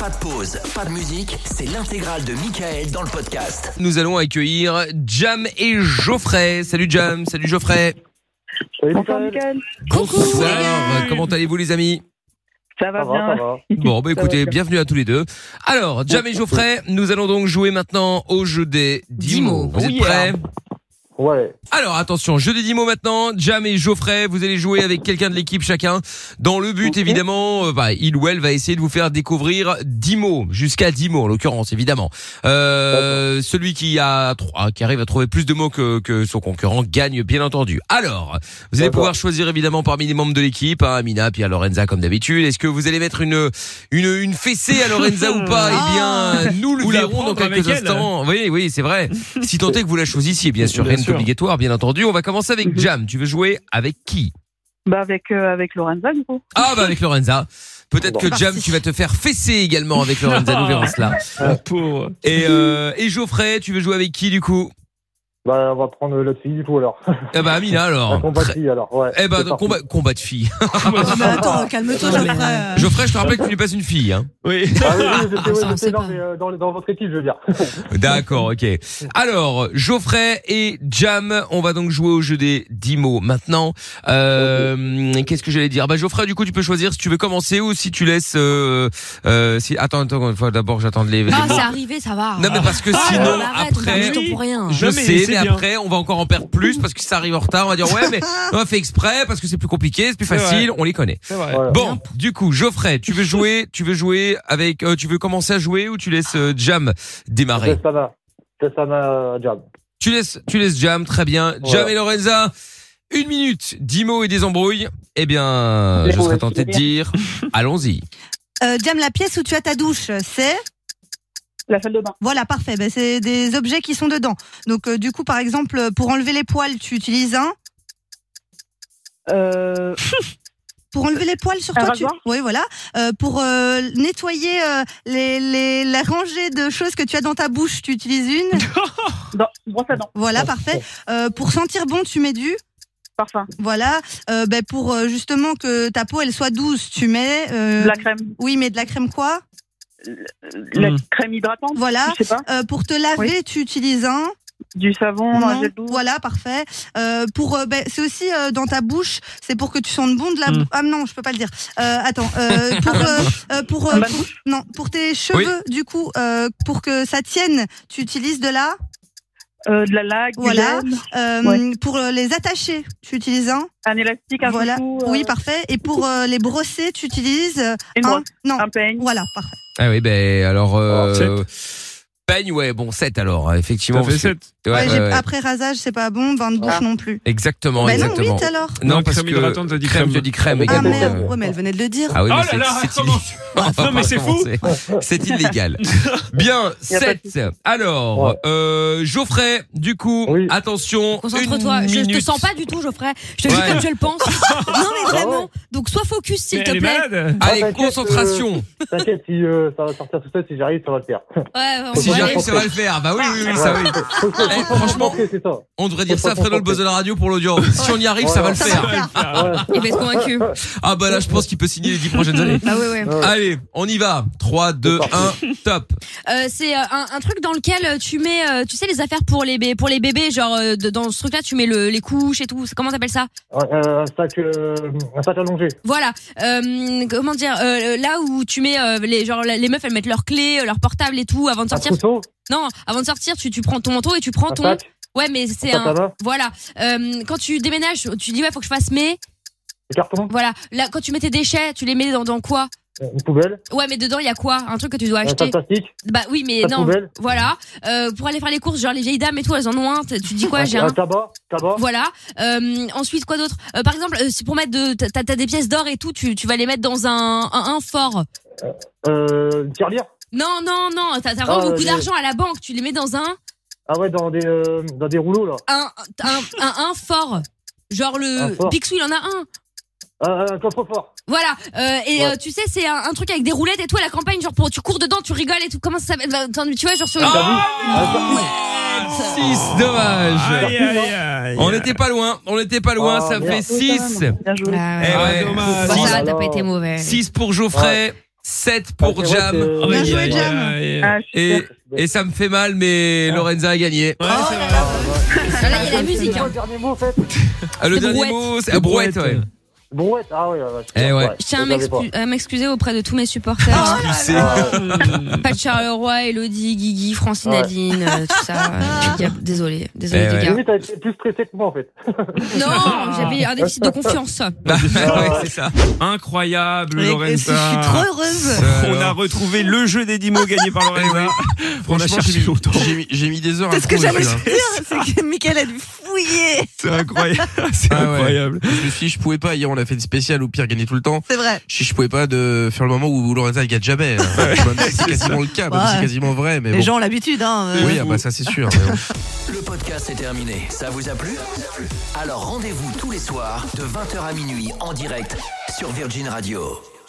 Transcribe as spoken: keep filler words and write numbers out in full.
Pas de pause, pas de musique, c'est l'intégrale de Mickaël dans le podcast. Nous allons accueillir Jam et Geoffrey. Salut Jam, salut Geoffrey. Salut Mickaël. Bonsoir, comment allez-vous les amis? Ça va, ça bien. Va, ça va. Bon, bah écoutez, bienvenue à tous les deux. Alors, Jam et Geoffrey, nous allons donc jouer maintenant au jeu des dix mots. Vous êtes prêts? Ouais. Alors attention, jeu des dix mots maintenant. Jam et Geoffrey, vous allez jouer avec quelqu'un de l'équipe chacun. Dans le but, okay. évidemment, euh, bah, il ou elle va essayer de vous faire découvrir dix mots, jusqu'à dix mots en l'occurrence, évidemment. Euh, celui qui a qui arrive à trouver plus de mots que, que son concurrent gagne, bien entendu. Alors, vous allez pouvoir choisir évidemment parmi les membres de l'équipe, hein, Amina, puis à Lorenza comme d'habitude. Est-ce que vous allez mettre une une une fessée à Lorenza ou pas? Eh bien, nous le verrons dans quelques instants. Oui, oui, c'est vrai. Si tant est que vous la choisissiez, bien sûr. Rien obligatoire, bien entendu. On va commencer avec Jam. Tu veux jouer avec qui? Bah avec euh, avec Lorenza du coup. Ah bah avec Lorenza. Peut-être que Jam, tu vas te faire fesser également avec Lorenza. Nous verrons cela. Et euh, et Geoffrey, tu veux jouer avec qui du coup? Bah on va prendre l'autre fille du coup alors. Eh bah Amina alors. Un combat de filles alors. Ouais. Eh bah combat combat de filles. Mais attends, calme-toi Geoffrey. Geoffrey, je te rappelle que tu n'es pas une fille, hein. Oui. Ah oui, oui, je sais, oui, je sais, non, mais euh, dans, dans votre équipe, je veux dire. D'accord, ok. Alors, Geoffrey et Jam, on va donc jouer au jeu des dix mots maintenant. Euh, okay. Qu'est-ce que j'allais dire? Bah Geoffrey, du coup, tu peux choisir si tu veux commencer ou si tu laisses. Euh, euh, si attends, attends, une fois d'abord, j'attends les. Ah, c'est arrivé, ça va. Non, mais parce que sinon, ah, arrête, après, pour rien. je sais, mais après, on va encore en perdre plus parce que ça arrive en retard. On va dire ouais, mais on a fait exprès parce que c'est plus compliqué, c'est plus facile, on les connaît. Vrai. Bon, du coup, Geoffrey, tu veux jouer, tu veux jouer avec, euh, tu veux commencer à jouer ou tu laisses euh, Jam démarrer? Ça va, ça va, Jam. Tu laisses, tu laisses Jam, très bien. Ouais. Jam et Lorenza, une minute, dix mots et des embrouilles. Eh bien, je serais tenté de dire, allons-y. Euh, Jam, la pièce où tu as ta douche, c'est? La salle de bain. Voilà, parfait. Ben, c'est des objets qui sont dedans. Donc, euh, du coup, par exemple, pour enlever les poils, tu utilises un? Euh... Pour enlever les poils sur un toi, tu... rasoir. Oui, voilà. Euh, pour euh, nettoyer euh, les, les, la rangée de choses que tu as dans ta bouche, tu utilises une? Non, brosse à dents. Voilà, parfait. Euh, pour sentir bon, tu mets du? Parfum. Voilà. Euh, ben, pour euh, justement que ta peau, elle soit douce, tu mets... Euh... De la crème. Oui, mais de la crème quoi? La mmh. crème hydratante. Voilà. Je sais pas. Euh, pour te laver, oui. tu utilises un? Du savon, non, un gel douche. Voilà, parfait. Euh, pour, euh, ben, c'est aussi euh, dans ta bouche, c'est pour que tu sentes bon de la. Mm. Ah non, je peux pas le dire. Euh, attends, euh, pour, euh, euh, pour, euh, pour non, pour tes cheveux, oui. du coup, euh, pour que ça tienne, tu utilises de la. Euh, de la laque. Voilà. Du euh, ouais. Pour les attacher, tu utilises un. Un élastique, un voilà. Foufou, euh... Oui, parfait. Et pour euh, les brosser, tu utilises une un. brosse. Non. Un peigne. Voilà, parfait. Ah oui, ben alors. Euh... Oh, peigne, ouais, bon, sept alors, effectivement. Ça fait sept. Ouais, ouais, ouais, ouais. Après rasage, c'est pas bon, bain de bouche ah. non plus. Exactement, bah exactement. Non, huit alors. Non, non parce crème que hydratante, t'as dit crème. Je dis crème ah, également. merde. Ouais, mais elle venait de le dire. Ah oui, oh mais là c'est, là, c'est, non, mais c'est fou. C'est illégal. Bien, sept. Alors, ouais. euh, Geoffrey, du coup, oui. attention. Concentre-toi. Je minute. te sens pas du tout, Geoffrey. Je te ouais. dis comme je le pense. Non, mais vraiment. Donc, sois focus, s'il mais te plaît. Allez, ah, concentration. Euh, t'inquiète, si euh, ça va sortir tout seul, si j'arrive, ça va le faire. Ouais, ouais, si j'arrive, ça va le faire. Bah oui, oui, oui, ça oui. Eh, franchement, on devrait dire ça à Fredo le buzz de la radio pour l'audio. Si on y arrive, ça va le faire. Il va être convaincu. Ah bah là, je pense qu'il peut signer les dix prochaines années. Ah oui, oui. Allez, on y va. trois, deux, un, top. Euh, c'est un, un truc dans lequel tu mets, euh, tu sais, les affaires pour les, bé- pour les bébés, genre euh, de, dans ce truc-là, tu mets le, les couches et tout. Comment t'appelles ça? euh, Un sac, euh, un sac allongé. Voilà. Euh, comment dire, euh, là où tu mets euh, les, genre les meufs, elles mettent leurs clés, leur portable et tout avant de sortir. Non, avant de sortir, tu, tu prends ton manteau et tu prends un ton. Sac. Ouais, mais c'est un. un voilà. Euh, quand tu déménages, tu dis ouais, faut que je fasse mes. Les cartons. Voilà. Là, quand tu mets tes déchets, tu les mets dans, dans quoi? Une poubelle. Ouais, mais dedans il y a quoi? Un truc que tu dois acheter. Un plastique. Bah oui, mais non. Poubelle. Voilà. Euh, pour aller faire les courses, genre les vieilles dames et tout, elles en ont un. Tu dis quoi? Un, J'ai un. un tabac. Tabac. Voilà. Euh, ensuite, quoi d'autre? euh, Par exemple, euh, c'est pour mettre de. T'as, t'as des pièces d'or et tout. Tu, tu vas les mettre dans un, un, un fort. Euh, une tirelire. Non, non, non. T'as, t'as vraiment ah, beaucoup les... d'argent à la banque. Tu les mets dans un. Ah ouais, dans des euh, dans des rouleaux là. Un un un, un fort. Genre le Picsou, il en a un. Un, un coffre-fort. Voilà. Euh, et ouais. euh, tu sais, c'est un, un truc avec des roulettes et tout à la campagne, genre pour tu cours dedans, tu rigoles et tout. Comment ça s'appelle? Attends, tu vois, genre sur. Ah, six, dommage. Aïe, aïe, aïe. On n'était pas loin, on n'était pas loin, oh, ça fait six. Bien joué. Ah ouais. Eh ouais. Ah, dommage. Bon, ça va, t'as pas été mauvais. six pour Geoffrey. Ouais. sept pour Ah, c'est vrai Jam. que- Bien Aïe, joué, aïe, Jam. aïe. Ah, je suis Et, sûre. et ça me fait mal, mais Lorenza a gagné. Ouais, c'est vrai. Ah, là, il y a la musique. C'est Hein. le dernier mot, en fait. Ah, le C'est dernier brouette. mot, c'est ah, brouette, ouais. Brouette, ah ouais, ouais. Eh ouais. Je tiens à je savais m'excu- à m'excuser auprès de tous mes supporters. Oh là C'est- là. Pas de Charleroi, Elodie, Guigui, Francine Ouais. Adeline, euh, tout ça. Euh, Désolé, désolé Eh les ouais. gars. Limite, t'as été plus stressé que moi, en fait. Non, j'avais un déficit de confiance. Bah, ouais, c'est ça. Incroyable, Et- et Lorenza. Je suis trop heureuse. On a retrouvé le jeu des dix mots gagné par Lorenza. On a Franchement, cherché j'ai mis, longtemps. j'ai mis, j'ai mis des heures à C'est ce que trouver j'allais celui-là. dire, c'est que Mickaël a dû fouiller. C'est incroyable. C'est Ah ouais. incroyable. Je me suis dit, je pouvais pas. Hier, on a fait une spéciale où Pierre gagnait tout le temps. C'est vrai. Je, je pouvais pas de faire le moment où Lorenza elle gagne jamais. Même si c'est quasiment le cas, même si Ouais. c'est quasiment vrai. Mais Les bon. gens ont l'habitude, hein. euh. Oui, ah bah ça c'est sûr. mais bon. Le podcast est terminé. Ça vous a plu? Alors rendez-vous tous les soirs de vingt heures à minuit en direct sur Virgin Radio.